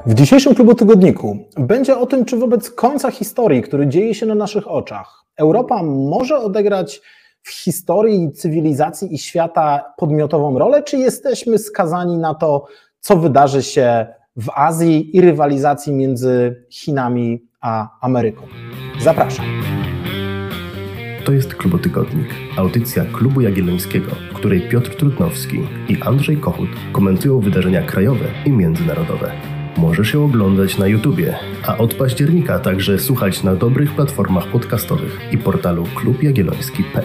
W dzisiejszym Klubu Tygodniku będzie o tym, czy wobec końca historii, który dzieje się na naszych oczach, Europa może odegrać w historii cywilizacji i świata podmiotową rolę, czy jesteśmy skazani na to, co wydarzy się w Azji i rywalizacji między Chinami a Ameryką. Zapraszam. To jest Klubotygodnik, audycja Klubu Jagiellońskiego, w której Piotr Trudnowski i Andrzej Kochut komentują wydarzenia krajowe i międzynarodowe. Możesz ją oglądać na YouTubie, a od października także słuchać na dobrych platformach podcastowych i portalu klubjagielloński.pl.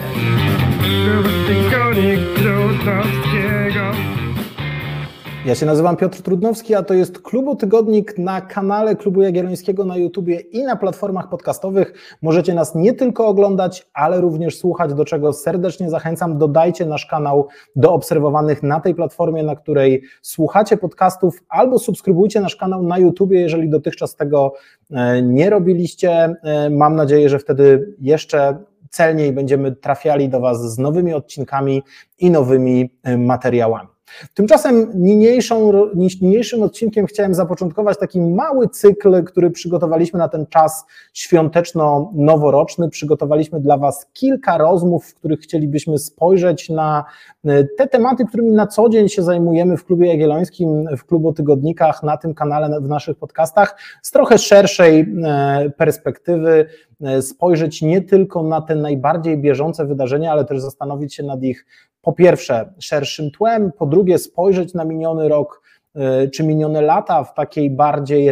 Ja się nazywam Piotr Trudnowski, a to jest Klubotygodnik na kanale Klubu Jagiellońskiego na YouTubie i na platformach podcastowych. Możecie nas nie tylko oglądać, ale również słuchać, do czego serdecznie zachęcam. Dodajcie nasz kanał do obserwowanych na tej platformie, na której słuchacie podcastów, albo subskrybujcie nasz kanał na YouTubie, jeżeli dotychczas tego nie robiliście. Mam nadzieję, że wtedy jeszcze celniej będziemy trafiali do Was z nowymi odcinkami i nowymi materiałami. Tymczasem niniejszym odcinkiem chciałem zapoczątkować taki mały cykl, który przygotowaliśmy na ten czas świąteczno-noworoczny. Przygotowaliśmy dla Was kilka rozmów, w których chcielibyśmy spojrzeć na te tematy, którymi na co dzień się zajmujemy w Klubie Jagiellońskim, w Klubotygodnikach, na tym kanale, w naszych podcastach, z trochę szerszej perspektywy, spojrzeć nie tylko na te najbardziej bieżące wydarzenia, ale też zastanowić się nad ich po pierwsze szerszym tłem, po drugie spojrzeć na miniony rok czy minione lata w takiej bardziej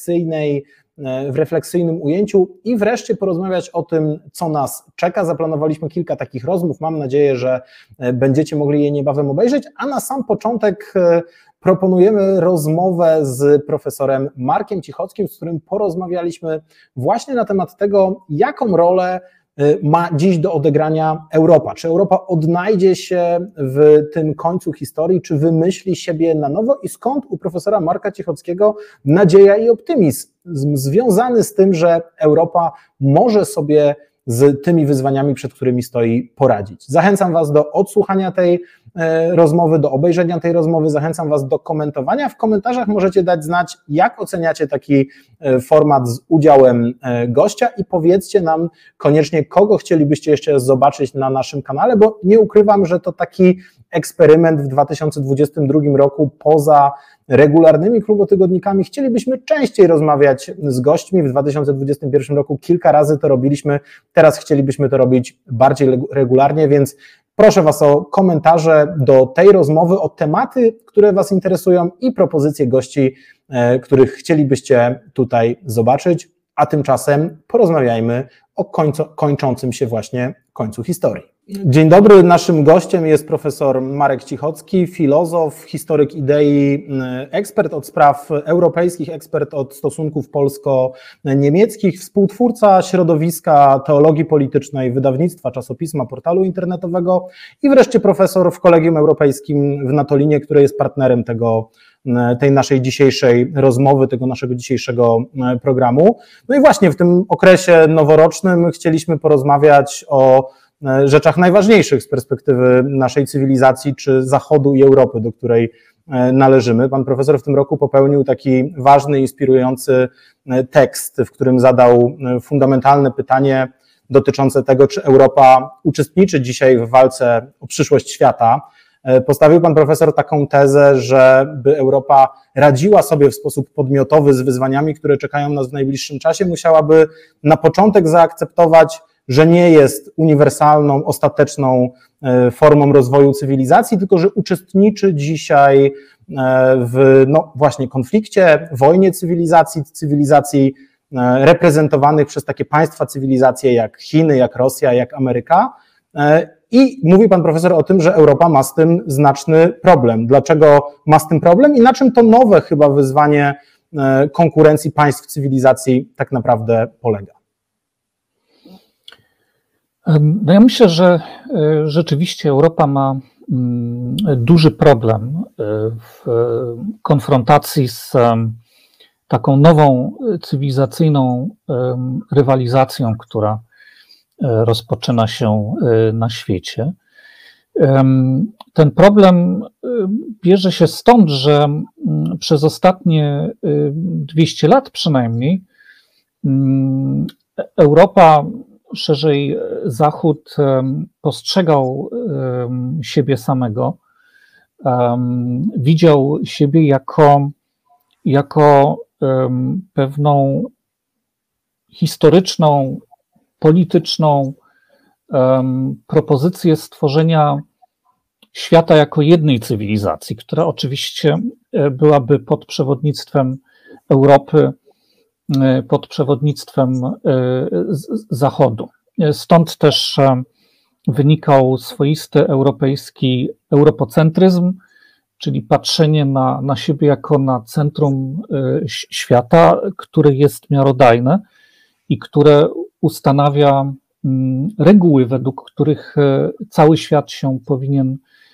w refleksyjnym ujęciu i wreszcie porozmawiać o tym, co nas czeka. Zaplanowaliśmy kilka takich rozmów, mam nadzieję, że będziecie mogli je niebawem obejrzeć, a na sam początek proponujemy rozmowę z profesorem Markiem Cichockim, z którym porozmawialiśmy właśnie na temat tego, jaką rolę ma dziś do odegrania Europa. Czy Europa odnajdzie się w tym końcu historii, czy wymyśli siebie na nowo i skąd u profesora Marka Cichockiego nadzieja i optymizm związany z tym, że Europa może sobie z tymi wyzwaniami, przed którymi stoi, poradzić. Zachęcam Was do odsłuchania tej rozmowy, do obejrzenia tej rozmowy, zachęcam Was do komentowania. W komentarzach możecie dać znać, jak oceniacie taki format z udziałem gościa i powiedzcie nam koniecznie, kogo chcielibyście jeszcze zobaczyć na naszym kanale, bo nie ukrywam, że to taki eksperyment w 2022 roku poza regularnymi klubotygodnikami. Chcielibyśmy częściej rozmawiać z gośćmi. W 2021 roku kilka razy to robiliśmy, teraz chcielibyśmy to robić bardziej regularnie, więc proszę Was o komentarze do tej rozmowy, o tematy, które Was interesują i propozycje gości, których chcielibyście tutaj zobaczyć, a tymczasem porozmawiajmy o kończącym się właśnie końcu historii. Dzień dobry, naszym gościem jest profesor Marek Cichocki, filozof, historyk idei, ekspert od spraw europejskich, ekspert od stosunków polsko-niemieckich, współtwórca środowiska teologii politycznej, wydawnictwa, czasopisma, portalu internetowego i wreszcie profesor w Kolegium Europejskim w Natolinie, który jest partnerem tej naszej dzisiejszej rozmowy, tego naszego dzisiejszego programu. No i właśnie w tym okresie noworocznym chcieliśmy porozmawiać o rzeczach najważniejszych z perspektywy naszej cywilizacji, czy Zachodu i Europy, do której należymy. Pan profesor w tym roku popełnił taki ważny, inspirujący tekst, w którym zadał fundamentalne pytanie dotyczące tego, czy Europa uczestniczy dzisiaj w walce o przyszłość świata. Postawił pan profesor taką tezę, żeby Europa radziła sobie w sposób podmiotowy z wyzwaniami, które czekają nas w najbliższym czasie, musiałaby na początek zaakceptować, że nie jest uniwersalną, ostateczną formą rozwoju cywilizacji, tylko że uczestniczy dzisiaj w właśnie konflikcie, wojnie cywilizacji reprezentowanych przez takie państwa cywilizacje jak Chiny, jak Rosja, jak Ameryka. I mówi pan profesor o tym, że Europa ma z tym znaczny problem. Dlaczego ma z tym problem i na czym to nowe chyba wyzwanie konkurencji państw cywilizacji tak naprawdę polega? No ja myślę, że rzeczywiście Europa ma duży problem w konfrontacji z taką nową cywilizacyjną rywalizacją, która rozpoczyna się na świecie. Ten problem bierze się stąd, że przez ostatnie 200 lat przynajmniej Europa, szerzej Zachód, postrzegał siebie samego, widział siebie jako pewną historyczną, polityczną propozycję stworzenia świata jako jednej cywilizacji, która oczywiście byłaby pod przewodnictwem Europy, pod przewodnictwem Zachodu. Stąd też wynikał swoisty europejski europocentryzm, czyli patrzenie na siebie jako na centrum świata, które jest miarodajne i które ustanawia reguły, według których cały świat się powinien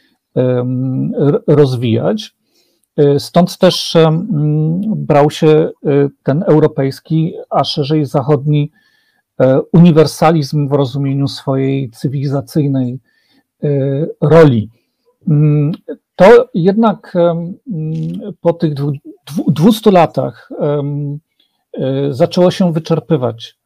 rozwijać. Stąd też brał się ten europejski, a szerzej zachodni uniwersalizm w rozumieniu swojej cywilizacyjnej roli. To jednak po tych 200 latach zaczęło się wyczerpywać.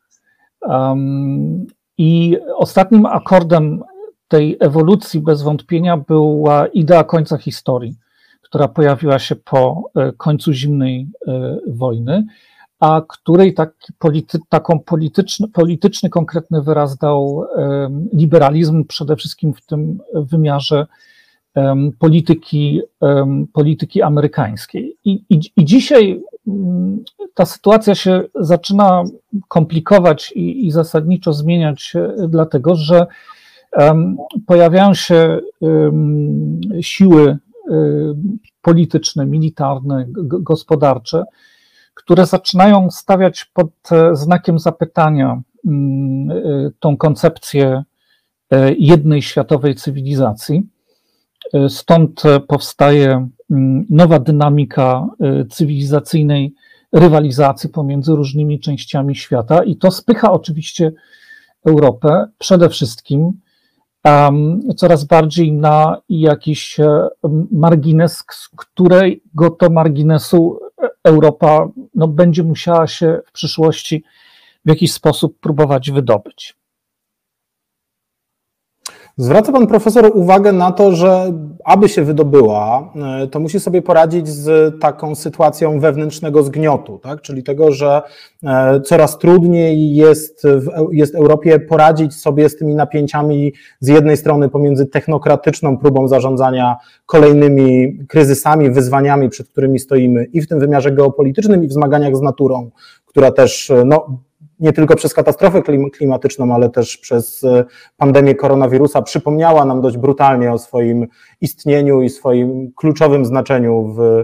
I ostatnim akordem tej ewolucji bez wątpienia była idea końca historii, która pojawiła się po końcu zimnej wojny, a której taką polityczny, konkretny wyraz dał liberalizm, przede wszystkim w tym wymiarze polityki amerykańskiej. I dzisiaj ta sytuacja się zaczyna komplikować i zasadniczo zmieniać, dlatego że pojawiają się siły polityczne, militarne, gospodarcze, które zaczynają stawiać pod znakiem zapytania tą koncepcję jednej światowej cywilizacji. Stąd powstaje nowa dynamika cywilizacyjnej rywalizacji pomiędzy różnymi częściami świata i to spycha oczywiście Europę przede wszystkim coraz bardziej na jakiś margines, z którego to marginesu Europa będzie musiała się w przyszłości w jakiś sposób próbować wydobyć. Zwraca pan profesor uwagę na to, że aby się wydobyła, to musi sobie poradzić z taką sytuacją wewnętrznego zgniotu, tak? Czyli tego, że coraz trudniej jest Europie poradzić sobie z tymi napięciami z jednej strony pomiędzy technokratyczną próbą zarządzania kolejnymi kryzysami, wyzwaniami, przed którymi stoimy i w tym wymiarze geopolitycznym i w zmaganiach z naturą, która też nie tylko przez katastrofę klimatyczną, ale też przez pandemię koronawirusa przypomniała nam dość brutalnie o swoim istnieniu i swoim kluczowym znaczeniu w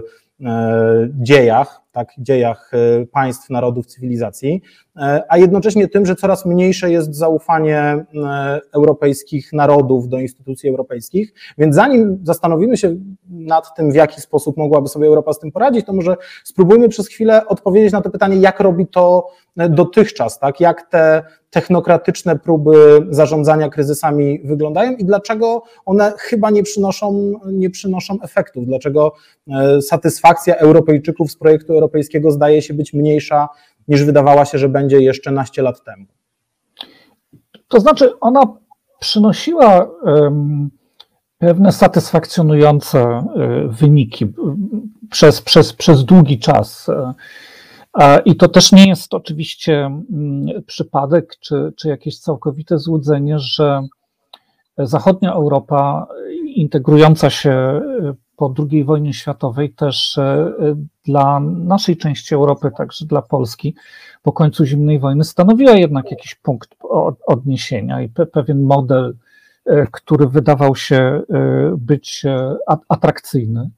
dziejach państw, narodów, cywilizacji, a jednocześnie tym, że coraz mniejsze jest zaufanie europejskich narodów do instytucji europejskich. Więc zanim zastanowimy się nad tym, w jaki sposób mogłaby sobie Europa z tym poradzić, to może spróbujmy przez chwilę odpowiedzieć na to pytanie, jak robi to dotychczas, tak? Jak te technokratyczne próby zarządzania kryzysami wyglądają i dlaczego one chyba nie przynoszą efektów, dlaczego satysfakcja Europejczyków z projektu europejskiego zdaje się być mniejsza niż wydawała się, że będzie jeszcze naście lat temu. To znaczy ona przynosiła pewne satysfakcjonujące wyniki przez długi czas. I to też nie jest oczywiście przypadek czy jakieś całkowite złudzenie, że zachodnia Europa integrująca się po II wojnie światowej też dla naszej części Europy, także dla Polski po końcu zimnej wojny stanowiła jednak jakiś punkt odniesienia i pewien model, który wydawał się być atrakcyjny.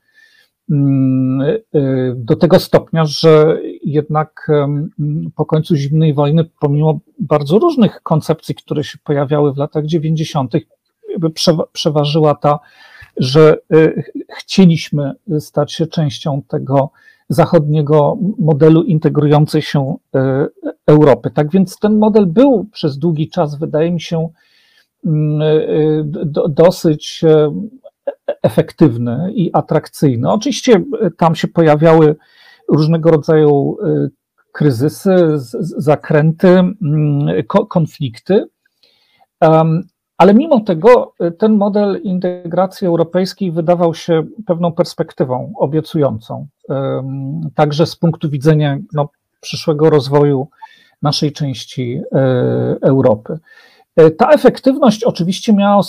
Do tego stopnia, że jednak po końcu zimnej wojny, pomimo bardzo różnych koncepcji, które się pojawiały w latach 90., przeważyła ta, że chcieliśmy stać się częścią tego zachodniego modelu integrującej się Europy. Tak więc ten model był przez długi czas, wydaje mi się, dosyć efektywny i atrakcyjny. Oczywiście tam się pojawiały różnego rodzaju kryzysy, zakręty, konflikty, ale mimo tego ten model integracji europejskiej wydawał się pewną perspektywą obiecującą, także z punktu widzenia przyszłego rozwoju naszej części Europy. Ta efektywność oczywiście miała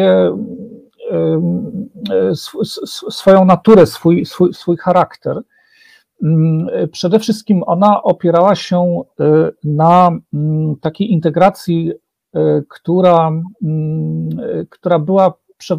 swoją naturę, swój charakter. Przede wszystkim ona opierała się na takiej integracji, która była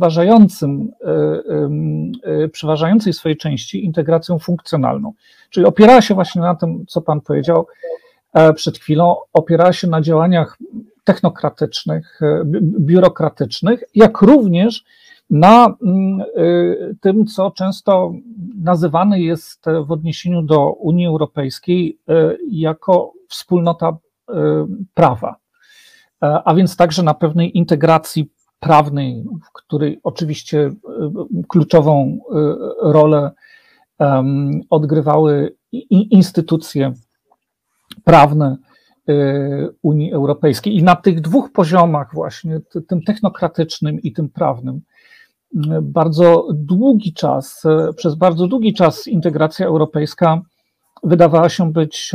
przeważającej swojej części integracją funkcjonalną. Czyli opierała się właśnie na tym, co Pan powiedział przed chwilą, opierała się na działaniach technokratycznych, biurokratycznych, jak również na tym, co często nazywane jest w odniesieniu do Unii Europejskiej jako wspólnota prawa, a więc także na pewnej integracji prawnej, w której oczywiście kluczową rolę odgrywały instytucje prawne Unii Europejskiej. I na tych dwóch poziomach właśnie, tym technokratycznym i tym prawnym, przez bardzo długi czas integracja europejska wydawała się być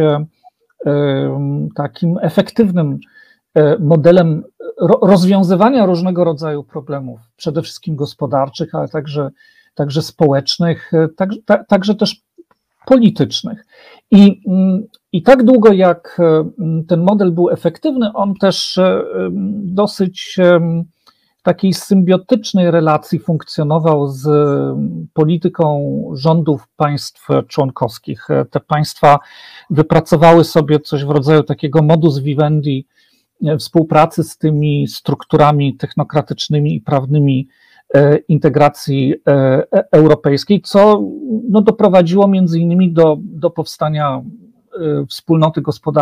takim efektywnym modelem rozwiązywania różnego rodzaju problemów, przede wszystkim gospodarczych, ale także społecznych, także też politycznych. I tak długo jak ten model był efektywny, on też dosyć w takiej symbiotycznej relacji funkcjonował z polityką rządów państw członkowskich. Te państwa wypracowały sobie coś w rodzaju takiego modus vivendi współpracy z tymi strukturami technokratycznymi i prawnymi integracji europejskiej, co doprowadziło między innymi do powstania wspólnoty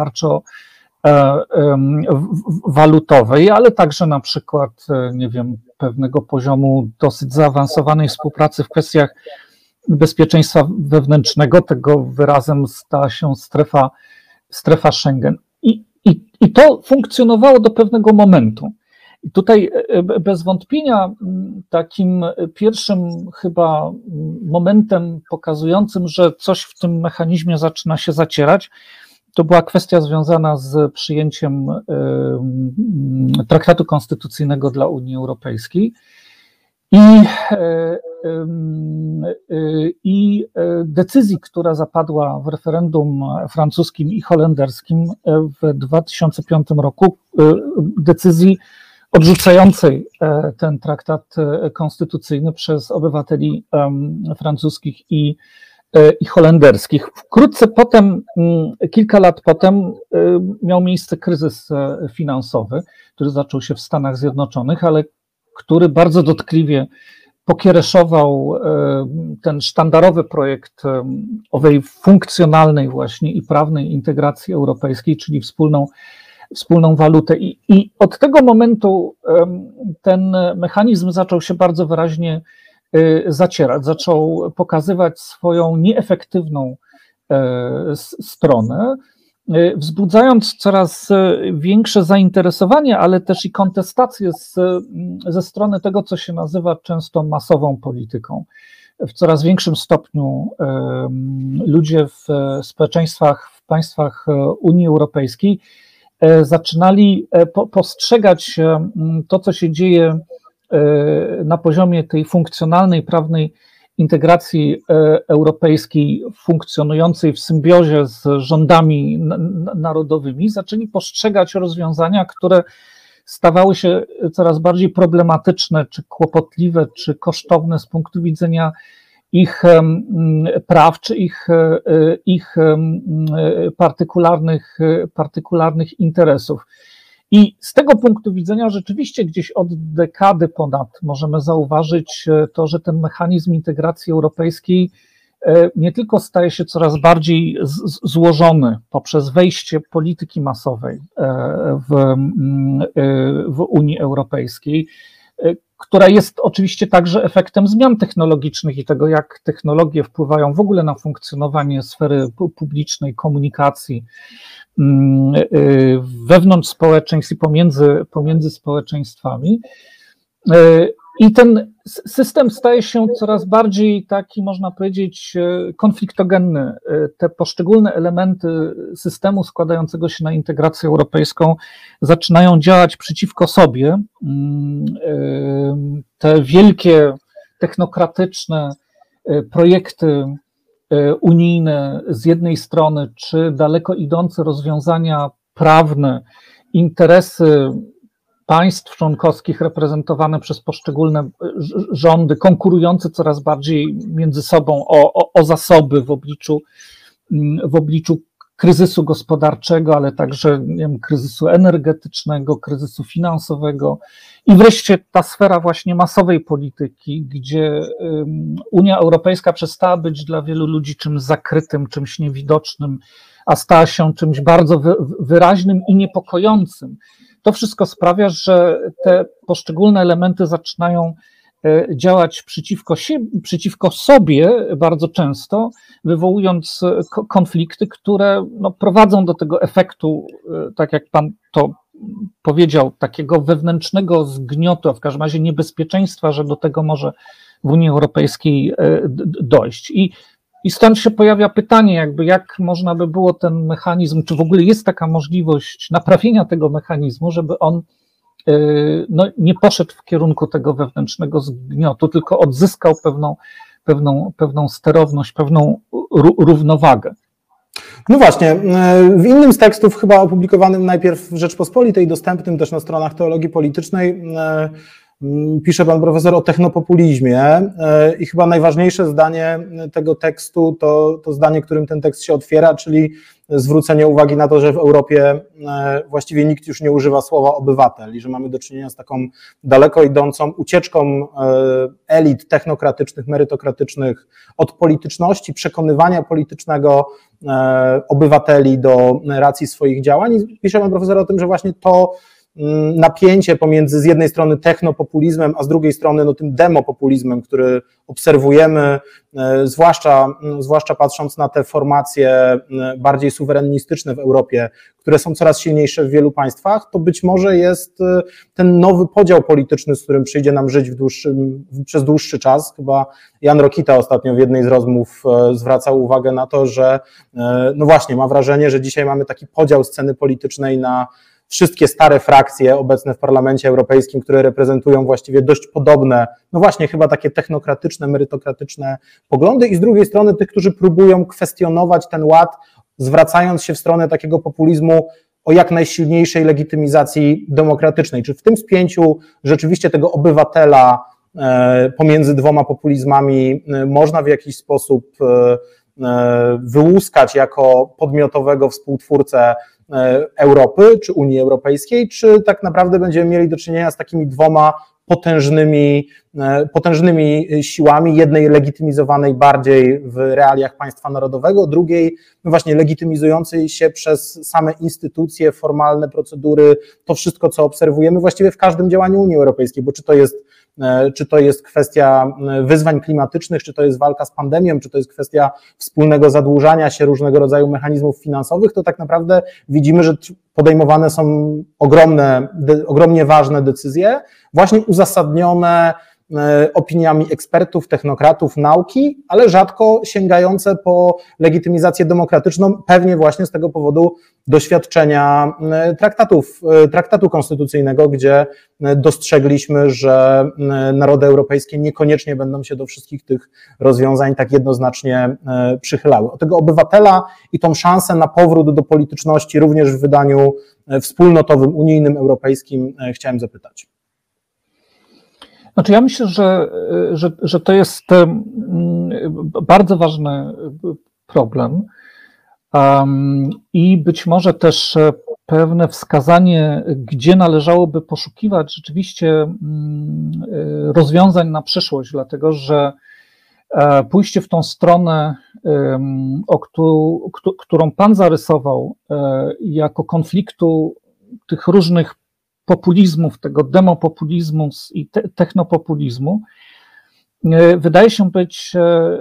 gospodarczo-walutowej, ale także na przykład, nie wiem, pewnego poziomu dosyć zaawansowanej współpracy w kwestiach bezpieczeństwa wewnętrznego. Tego wyrazem stała się strefa Schengen. I to funkcjonowało do pewnego momentu. I tutaj bez wątpienia takim pierwszym chyba momentem pokazującym, że coś w tym mechanizmie zaczyna się zacierać, to była kwestia związana z przyjęciem traktatu konstytucyjnego dla Unii Europejskiej i decyzji, która zapadła w referendum francuskim i holenderskim w 2005 roku, decyzji odrzucającej ten traktat konstytucyjny przez obywateli francuskich i holenderskich. Wkrótce potem, kilka lat potem, miał miejsce kryzys finansowy, który zaczął się w Stanach Zjednoczonych, ale który bardzo dotkliwie pokiereszował ten sztandarowy projekt owej funkcjonalnej właśnie i prawnej integracji europejskiej, czyli wspólną walutę. I od tego momentu ten mechanizm zaczął się bardzo wyraźnie zacierać, zaczął pokazywać swoją nieefektywną stronę, wzbudzając coraz większe zainteresowanie, ale też i kontestacje ze strony tego, co się nazywa często masową polityką. W coraz większym stopniu ludzie w społeczeństwach, w państwach Unii Europejskiej zaczynali postrzegać to, co się dzieje na poziomie tej funkcjonalnej, prawnej integracji europejskiej, funkcjonującej w symbiozie z rządami narodowymi, zaczęli postrzegać rozwiązania, które stawały się coraz bardziej problematyczne, czy kłopotliwe, czy kosztowne z punktu widzenia ich praw, czy ich partykularnych interesów. I z tego punktu widzenia rzeczywiście gdzieś od dekady ponad możemy zauważyć to, że ten mechanizm integracji europejskiej nie tylko staje się coraz bardziej złożony poprzez wejście polityki masowej w Unii Europejskiej, która jest oczywiście także efektem zmian technologicznych i tego, jak technologie wpływają w ogóle na funkcjonowanie sfery publicznej, komunikacji wewnątrz społeczeństw i pomiędzy społeczeństwami. I ten system staje się coraz bardziej taki, można powiedzieć, konfliktogenny. Te poszczególne elementy systemu składającego się na integrację europejską zaczynają działać przeciwko sobie. Te wielkie, technokratyczne projekty unijne z jednej strony, czy daleko idące rozwiązania prawne, interesy państw członkowskich reprezentowane przez poszczególne rządy, konkurujące coraz bardziej między sobą o zasoby w obliczu kryzysu gospodarczego, ale także, nie wiem, kryzysu energetycznego, kryzysu finansowego i wreszcie ta sfera właśnie masowej polityki, gdzie Unia Europejska przestała być dla wielu ludzi czymś zakrytym, czymś niewidocznym, a stała się czymś bardzo wyraźnym i niepokojącym. To wszystko sprawia, że te poszczególne elementy zaczynają działać przeciwko sobie bardzo często, wywołując konflikty, które prowadzą do tego efektu, tak jak pan to powiedział, takiego wewnętrznego zgniotu, a w każdym razie niebezpieczeństwa, że do tego może w Unii Europejskiej dojść. I stąd się pojawia pytanie, jak można by było ten mechanizm, czy w ogóle jest taka możliwość naprawienia tego mechanizmu, żeby on nie poszedł w kierunku tego wewnętrznego zgniotu, tylko odzyskał pewną sterowność, pewną równowagę. No właśnie, w innym z tekstów, chyba opublikowanym najpierw w Rzeczpospolitej, dostępnym też na stronach teologii politycznej, pisze pan profesor o technopopulizmie i chyba najważniejsze zdanie tego tekstu to zdanie, którym ten tekst się otwiera, czyli zwrócenie uwagi na to, że w Europie właściwie nikt już nie używa słowa obywatel i że mamy do czynienia z taką daleko idącą ucieczką elit technokratycznych, merytokratycznych od polityczności, przekonywania politycznego obywateli do racji swoich działań. I pisze pan profesor o tym, że właśnie to napięcie pomiędzy z jednej strony technopopulizmem, a z drugiej strony tym demopopulizmem, który obserwujemy, zwłaszcza patrząc na te formacje bardziej suwerenistyczne w Europie, które są coraz silniejsze w wielu państwach, to być może jest ten nowy podział polityczny, z którym przyjdzie nam żyć przez dłuższy czas. Chyba Jan Rokita ostatnio w jednej z rozmów zwracał uwagę na to, że no właśnie, ma wrażenie, że dzisiaj mamy taki podział sceny politycznej na wszystkie stare frakcje obecne w Parlamencie Europejskim, które reprezentują właściwie dość podobne, no właśnie chyba takie technokratyczne, merytokratyczne poglądy i z drugiej strony tych, którzy próbują kwestionować ten ład, zwracając się w stronę takiego populizmu o jak najsilniejszej legitymizacji demokratycznej. Czy w tym spięciu rzeczywiście tego obywatela pomiędzy dwoma populizmami można w jakiś sposób wyłuskać jako podmiotowego współtwórcę Europy czy Unii Europejskiej, czy tak naprawdę będziemy mieli do czynienia z takimi dwoma potężnymi siłami, jednej legitymizowanej bardziej w realiach państwa narodowego, drugiej no właśnie legitymizującej się przez same instytucje, formalne procedury, to wszystko, co obserwujemy właściwie w każdym działaniu Unii Europejskiej, bo czy to jest kwestia wyzwań klimatycznych, czy to jest walka z pandemią, czy to jest kwestia wspólnego zadłużania się, różnego rodzaju mechanizmów finansowych, to tak naprawdę widzimy, że podejmowane są ogromnie ważne decyzje, właśnie uzasadnione opiniami ekspertów, technokratów, nauki, ale rzadko sięgające po legitymizację demokratyczną, pewnie właśnie z tego powodu doświadczenia traktatu konstytucyjnego, gdzie dostrzegliśmy, że narody europejskie niekoniecznie będą się do wszystkich tych rozwiązań tak jednoznacznie przychylały. O tego obywatela i tą szansę na powrót do polityczności również w wydaniu wspólnotowym, unijnym, europejskim chciałem zapytać. Znaczy ja myślę, że to jest bardzo ważny problem i być może też pewne wskazanie, gdzie należałoby poszukiwać rzeczywiście rozwiązań na przyszłość, dlatego że pójście w tą stronę, którą pan zarysował, jako konfliktu tych różnych populizmów, tego demopopulizmu i technopopulizmu, wydaje się być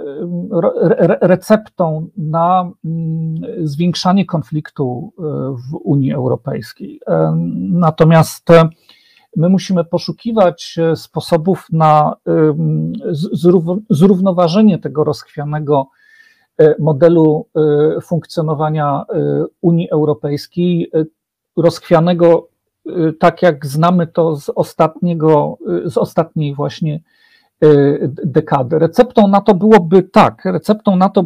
receptą na zwiększanie konfliktu w Unii Europejskiej. Natomiast my musimy poszukiwać sposobów na zrównoważenie tego rozchwianego modelu funkcjonowania Unii Europejskiej, rozchwianego tak jak znamy to z ostatniej właśnie dekady. Receptą na to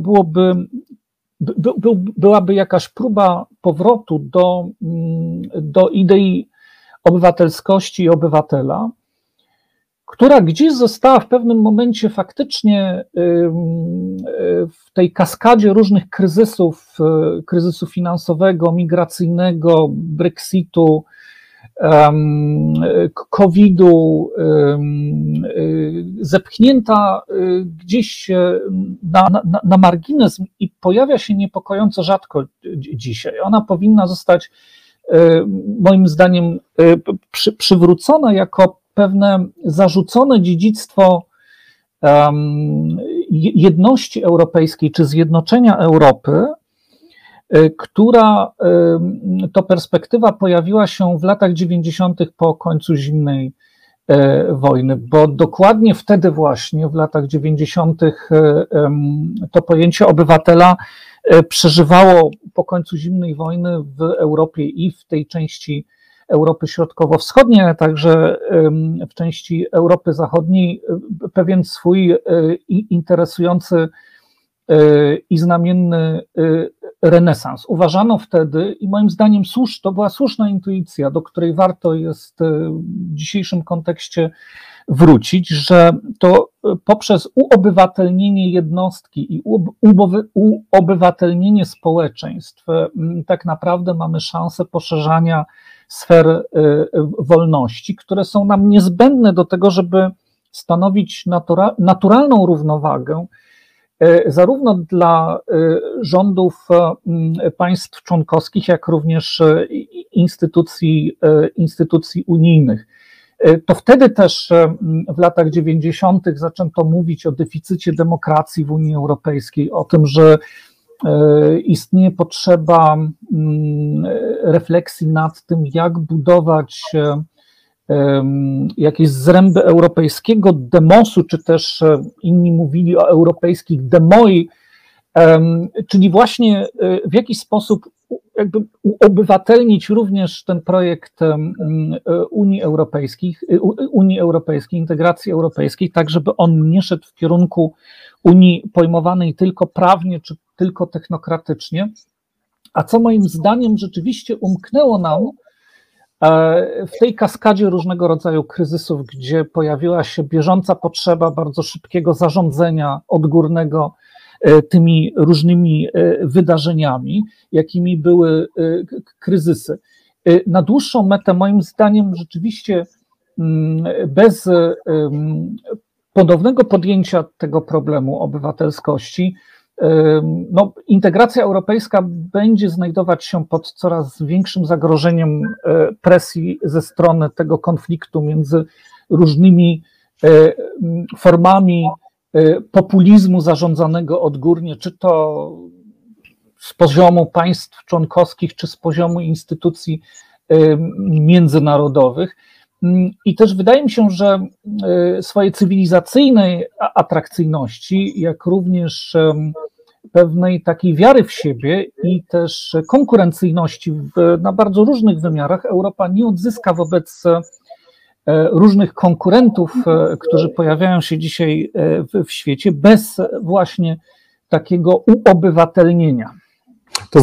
byłaby jakaś próba powrotu do idei obywatelskości i obywatela, która gdzieś została w pewnym momencie faktycznie w tej kaskadzie różnych kryzysów, kryzysu finansowego, migracyjnego, Brexitu, COVID-u, zepchnięta gdzieś na margines i pojawia się niepokojąco rzadko dzisiaj. Ona powinna zostać moim zdaniem przywrócona jako pewne zarzucone dziedzictwo jedności europejskiej czy zjednoczenia Europy, która to perspektywa pojawiła się w latach 90. po końcu zimnej wojny, bo dokładnie wtedy właśnie w latach 90. to pojęcie obywatela przeżywało po końcu zimnej wojny w Europie i w tej części Europy Środkowo-Wschodniej, ale także w części Europy Zachodniej pewien swój interesujący i znamienny renesans. Uważano wtedy i moim zdaniem to była słuszna intuicja, do której warto jest w dzisiejszym kontekście wrócić, że to poprzez uobywatelnienie jednostki i uobywatelnienie społeczeństw tak naprawdę mamy szansę poszerzania sfer wolności, które są nam niezbędne do tego, żeby stanowić naturalną równowagę zarówno dla rządów państw członkowskich, jak również instytucji unijnych. To wtedy też w latach 90. zaczęto mówić o deficycie demokracji w Unii Europejskiej, o tym, że istnieje potrzeba refleksji nad tym, jak budować jakieś zręby europejskiego demosu, czy też inni mówili o europejskich demoi, czyli właśnie w jakiś sposób jakby uobywatelnić również ten projekt Unii Europejskiej, integracji europejskiej, tak żeby on nie szedł w kierunku Unii pojmowanej tylko prawnie, czy tylko technokratycznie, a co moim zdaniem rzeczywiście umknęło nam w tej kaskadzie różnego rodzaju kryzysów, gdzie pojawiła się bieżąca potrzeba bardzo szybkiego zarządzania odgórnego tymi różnymi wydarzeniami, jakimi były kryzysy. Na dłuższą metę, moim zdaniem, rzeczywiście bez ponownego podjęcia tego problemu obywatelskości, integracja europejska będzie znajdować się pod coraz większym zagrożeniem presji ze strony tego konfliktu między różnymi formami populizmu zarządzanego odgórnie, czy to z poziomu państw członkowskich, czy z poziomu instytucji międzynarodowych. I też wydaje mi się, że swojej cywilizacyjnej atrakcyjności, jak również pewnej takiej wiary w siebie i też konkurencyjności na bardzo różnych wymiarach Europa nie odzyska wobec różnych konkurentów, którzy pojawiają się dzisiaj w świecie, bez właśnie takiego uobywatelnienia. To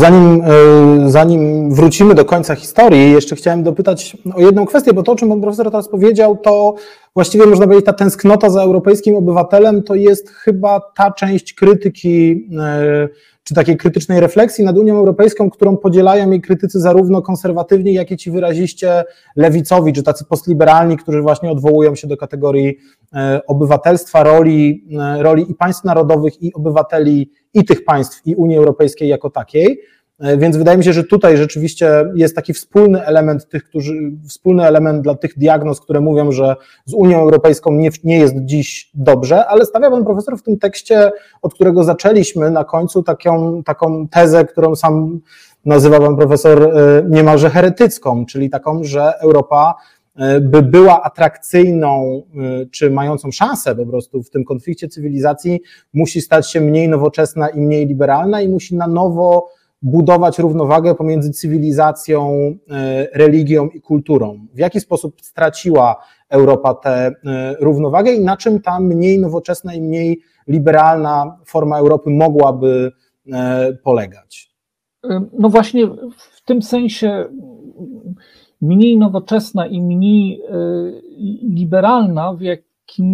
zanim wrócimy do końca historii, jeszcze chciałem dopytać o jedną kwestię, bo to, o czym pan profesor teraz powiedział, to właściwie można powiedzieć, ta tęsknota za europejskim obywatelem to jest chyba ta część krytyki, czy takiej krytycznej refleksji nad Unią Europejską, którą podzielają jej krytycy zarówno konserwatywni, jak i ci wyraziście lewicowi, czy tacy postliberalni, którzy właśnie odwołują się do kategorii obywatelstwa, roli i państw narodowych, i obywateli, i tych państw, i Unii Europejskiej jako takiej. Więc wydaje mi się, że tutaj rzeczywiście jest taki wspólny element dla tych diagnoz, które mówią, że z Unią Europejską nie jest dziś dobrze, ale stawia pan profesor w tym tekście, od którego zaczęliśmy, na końcu taką tezę, którą sam nazywa pan profesor niemalże heretycką, czyli taką, że Europa, by była atrakcyjną, czy mającą szansę po prostu w tym konflikcie cywilizacji, musi stać się mniej nowoczesna i mniej liberalna i musi na nowo budować równowagę pomiędzy cywilizacją, religią i kulturą. W jaki sposób straciła Europa tę równowagę i na czym ta mniej nowoczesna i mniej liberalna forma Europy mogłaby polegać? No właśnie w tym sensie mniej nowoczesna i mniej liberalna, w jakim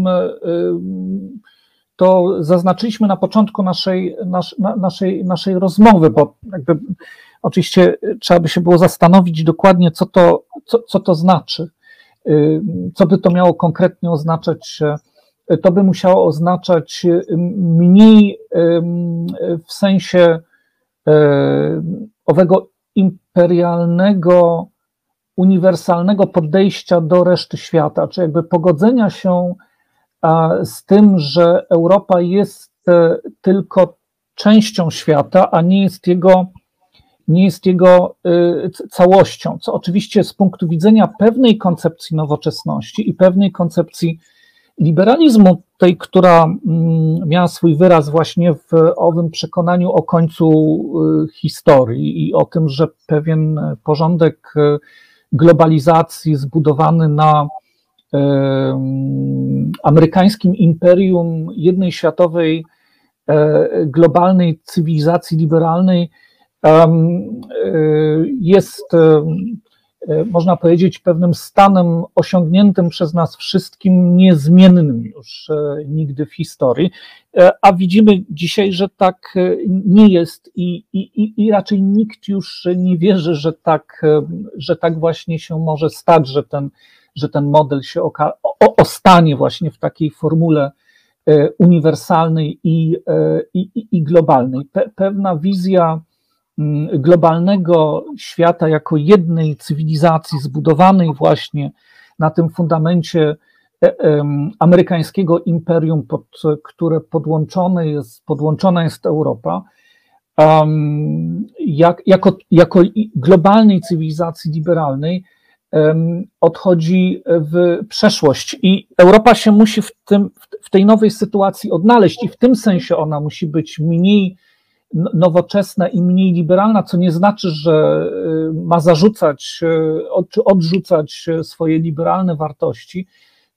to zaznaczyliśmy na początku naszej rozmowy, bo jakby oczywiście trzeba by się było zastanowić dokładnie, co to znaczy, co by to miało konkretnie oznaczać. To by musiało oznaczać mniej w sensie owego imperialnego, uniwersalnego podejścia do reszty świata, czy jakby pogodzenia się z tym, że Europa jest tylko częścią świata, a nie jest jego całością, co oczywiście z punktu widzenia pewnej koncepcji nowoczesności i pewnej koncepcji liberalizmu, tej, która miała swój wyraz właśnie w owym przekonaniu o końcu historii i o tym, że pewien porządek globalizacji zbudowany na amerykańskim imperium jednej światowej globalnej cywilizacji liberalnej jest, można powiedzieć, pewnym stanem osiągniętym przez nas wszystkim, niezmiennym już nigdy w historii, a widzimy dzisiaj, że tak nie jest i raczej nikt już nie wierzy, że tak właśnie się może stać, że ten model się ostanie właśnie w takiej formule uniwersalnej i globalnej. Pewna wizja globalnego świata jako jednej cywilizacji zbudowanej właśnie na tym fundamencie amerykańskiego imperium, pod które podłączona jest Europa, jako globalnej cywilizacji liberalnej, odchodzi w przeszłość i Europa się musi w tej nowej sytuacji odnaleźć i w tym sensie ona musi być mniej nowoczesna i mniej liberalna, co nie znaczy, że ma zarzucać czy odrzucać swoje liberalne wartości,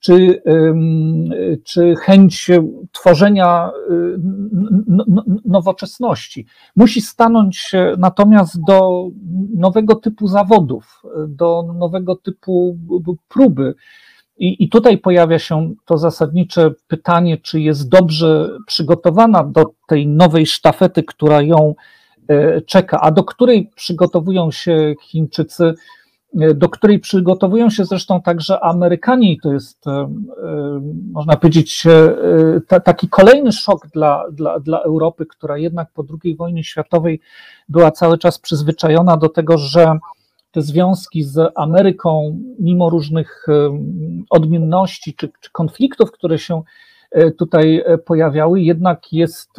czy chęć tworzenia nowoczesności. Musi stanąć natomiast do nowego typu zawodów, do nowego typu próby. I tutaj pojawia się to zasadnicze pytanie, czy jest dobrze przygotowana do tej nowej sztafety, która ją czeka, a do której przygotowują się Chińczycy, do której przygotowują się zresztą także Amerykanie, i to jest, można powiedzieć, taki kolejny szok dla Europy, która jednak po II wojnie światowej była cały czas przyzwyczajona do tego, że te związki z Ameryką, mimo różnych odmienności czy konfliktów, które się tutaj pojawiały, jednak jest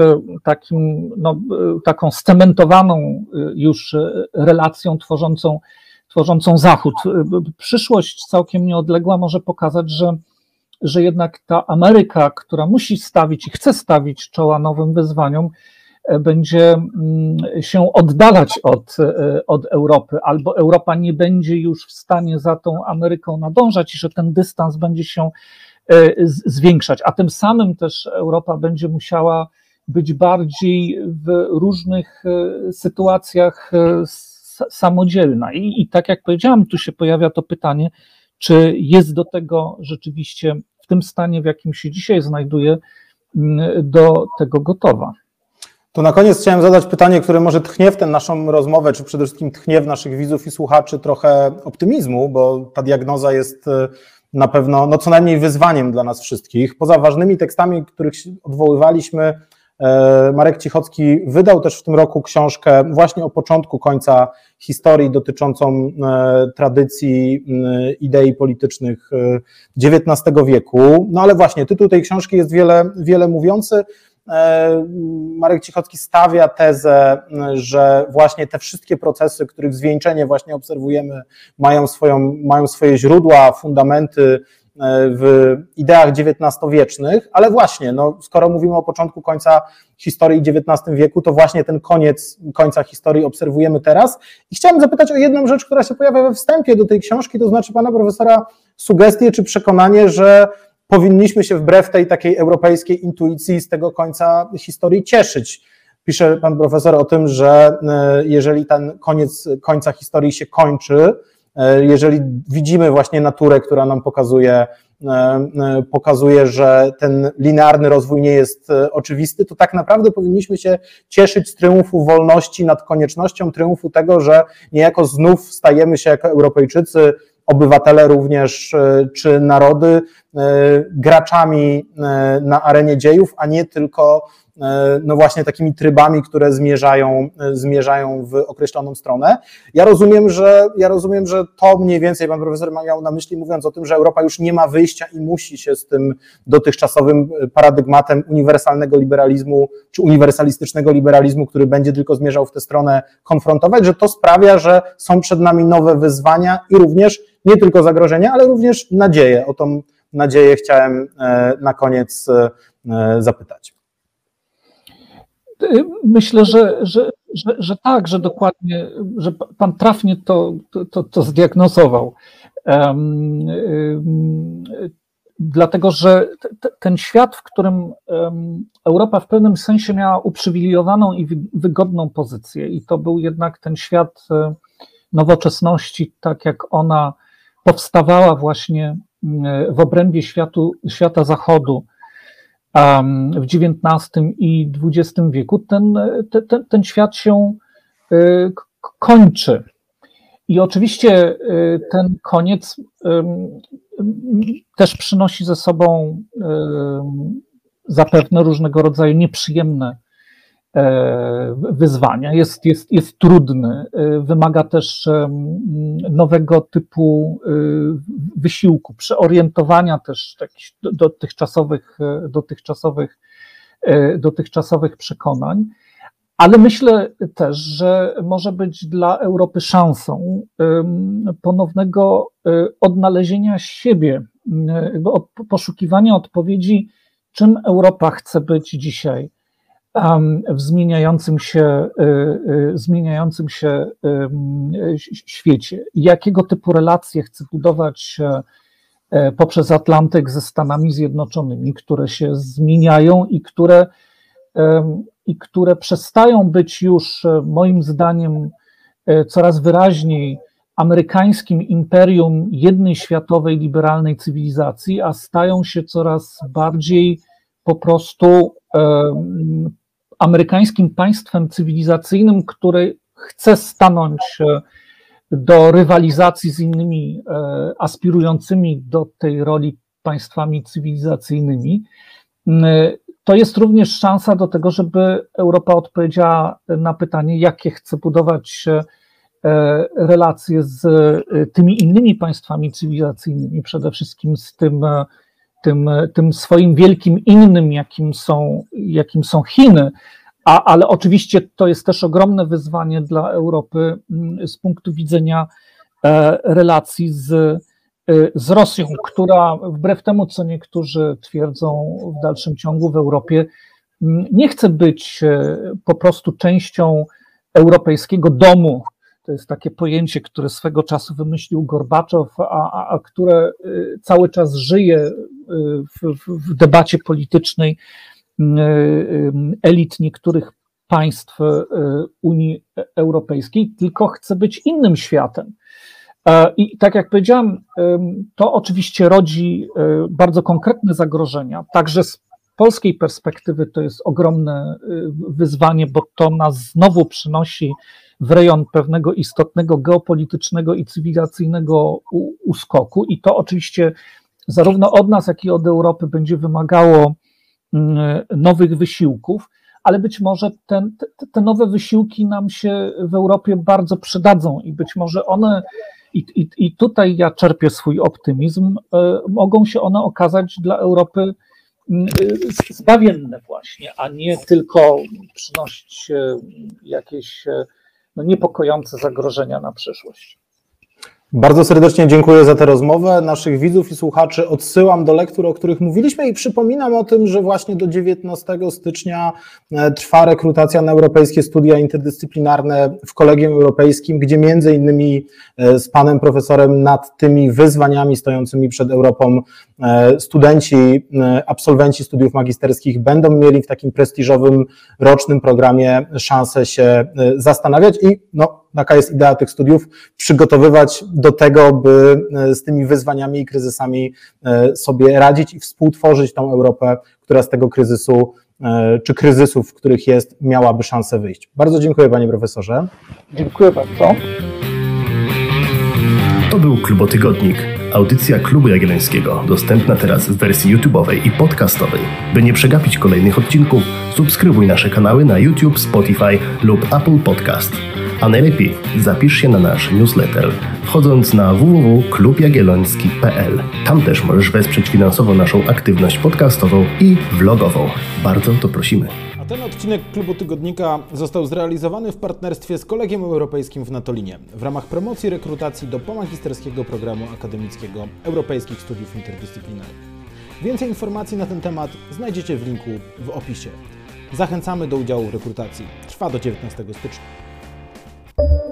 taką scementowaną już relacją tworzącą Zachód. Przyszłość całkiem nieodległa może pokazać, że jednak ta Ameryka, która musi stawić i chce stawić czoła nowym wyzwaniom, będzie się oddalać od Europy, albo Europa nie będzie już w stanie za tą Ameryką nadążać i że ten dystans będzie się zwiększać, a tym samym też Europa będzie musiała być bardziej w różnych sytuacjach samodzielna. I tak jak powiedziałam, tu się pojawia to pytanie, czy jest do tego rzeczywiście w tym stanie, w jakim się dzisiaj znajduje, do tego gotowa. To na koniec chciałem zadać pytanie, które może tchnie w tę naszą rozmowę, czy przede wszystkim tchnie w naszych widzów i słuchaczy trochę optymizmu, bo ta diagnoza jest na pewno co najmniej wyzwaniem dla nas wszystkich. Poza ważnymi tekstami, których się odwoływaliśmy, Marek Cichocki wydał też w tym roku książkę właśnie o początku końca historii dotyczącą tradycji idei politycznych XIX wieku. No ale właśnie tytuł tej książki jest wiele mówiący. Marek Cichocki stawia tezę, że właśnie te wszystkie procesy, których zwieńczenie właśnie obserwujemy, mają swoje źródła, fundamenty w ideach XIX-wiecznych, ale właśnie, no, skoro mówimy o początku końca historii XIX wieku, to właśnie ten koniec końca historii obserwujemy teraz. I chciałem zapytać o jedną rzecz, która się pojawia we wstępie do tej książki, to znaczy pana profesora sugestię czy przekonanie, że powinniśmy się wbrew tej takiej europejskiej intuicji z tego końca historii cieszyć. Pisze pan profesor o tym, że jeżeli ten koniec końca historii się kończy, jeżeli widzimy właśnie naturę, która nam pokazuje, że ten linearny rozwój nie jest oczywisty, to tak naprawdę powinniśmy się cieszyć z triumfu wolności nad koniecznością triumfu tego, że niejako znów stajemy się jako Europejczycy, obywatele również, czy narody, graczami na arenie dziejów, a nie tylko no właśnie takimi trybami, które zmierzają w określoną stronę. Ja rozumiem, że to mniej więcej pan profesor miał na myśli, mówiąc o tym, że Europa już nie ma wyjścia i musi się z tym dotychczasowym paradygmatem uniwersalnego liberalizmu, czy uniwersalistycznego liberalizmu, który będzie tylko zmierzał w tę stronę, konfrontować, że to sprawia, że są przed nami nowe wyzwania i również nie tylko zagrożenia, ale również nadzieje. O tą nadzieję chciałem na koniec zapytać. Myślę, że tak, że dokładnie, że pan trafnie to zdiagnozował. Dlatego, że ten świat, w którym Europa w pewnym sensie miała uprzywilejowaną i wygodną pozycję, i to był jednak ten świat nowoczesności, tak jak ona powstawała właśnie w obrębie świata Zachodu w XIX i XX wieku, ten świat się kończy. I oczywiście ten koniec też przynosi ze sobą zapewne różnego rodzaju nieprzyjemne wyzwania, jest trudny, wymaga też nowego typu wysiłku, przeorientowania też dotychczasowych przekonań, ale myślę też, że może być dla Europy szansą ponownego odnalezienia siebie, poszukiwania odpowiedzi, czym Europa chce być dzisiaj w zmieniającym się świecie. Jakiego typu relacje chce budować poprzez Atlantyk ze Stanami Zjednoczonymi, które się zmieniają i które przestają być już, moim zdaniem, coraz wyraźniej amerykańskim imperium jednej światowej liberalnej cywilizacji, a stają się coraz bardziej po prostu amerykańskim państwem cywilizacyjnym, które chce stanąć do rywalizacji z innymi aspirującymi do tej roli państwami cywilizacyjnymi. To jest również szansa do tego, żeby Europa odpowiedziała na pytanie, jakie chce budować relacje z tymi innymi państwami cywilizacyjnymi, przede wszystkim z tym swoim wielkim innym, jakim są Chiny, ale oczywiście to jest też ogromne wyzwanie dla Europy z punktu widzenia relacji z Rosją, która wbrew temu, co niektórzy twierdzą w dalszym ciągu w Europie, nie chce być po prostu częścią europejskiego domu. To jest takie pojęcie, które swego czasu wymyślił Gorbaczow, a które cały czas żyje w debacie politycznej elit niektórych państw Unii Europejskiej, tylko chce być innym światem. I tak jak powiedziałam, to oczywiście rodzi bardzo konkretne zagrożenia. Także z polskiej perspektywy to jest ogromne wyzwanie, bo to nas znowu przynosi w rejon pewnego istotnego geopolitycznego i cywilizacyjnego uskoku. I to oczywiście zarówno od nas, jak i od Europy będzie wymagało nowych wysiłków, ale być może te nowe wysiłki nam się w Europie bardzo przydadzą i być może one, i tutaj ja czerpię swój optymizm, mogą się one okazać dla Europy zbawienne właśnie, a nie tylko przynosić jakieś niepokojące zagrożenia na przyszłość. Bardzo serdecznie dziękuję za tę rozmowę. Naszych widzów i słuchaczy odsyłam do lektur, o których mówiliśmy i przypominam o tym, że właśnie do 19 stycznia trwa rekrutacja na europejskie studia interdyscyplinarne w Kolegium Europejskim, gdzie między innymi z panem profesorem nad tymi wyzwaniami stojącymi przed Europą studenci, absolwenci studiów magisterskich będą mieli w takim prestiżowym rocznym programie szansę się zastanawiać i taka jest idea tych studiów, przygotowywać do tego, by z tymi wyzwaniami i kryzysami sobie radzić i współtworzyć tą Europę, która z tego kryzysu, czy kryzysów, w których jest, miałaby szansę wyjść. Bardzo dziękuję, panie profesorze. Dziękuję bardzo. To był Klubotygodnik, audycja Klubu Jagiellońskiego, dostępna teraz w wersji YouTube'owej i podcastowej. By nie przegapić kolejnych odcinków, subskrybuj nasze kanały na YouTube, Spotify lub Apple Podcast. A najlepiej zapisz się na nasz newsletter, wchodząc na www.klubjagielloński.pl. Tam też możesz wesprzeć finansowo naszą aktywność podcastową i vlogową. Bardzo o to prosimy. A ten odcinek Klubu Tygodnika został zrealizowany w partnerstwie z Kolegiem Europejskim w Natolinie w ramach promocji rekrutacji do pomagisterskiego programu akademickiego Europejskich Studiów Interdyscyplinarnych. Więcej informacji na ten temat znajdziecie w linku w opisie. Zachęcamy do udziału w rekrutacji. Trwa do 19 stycznia.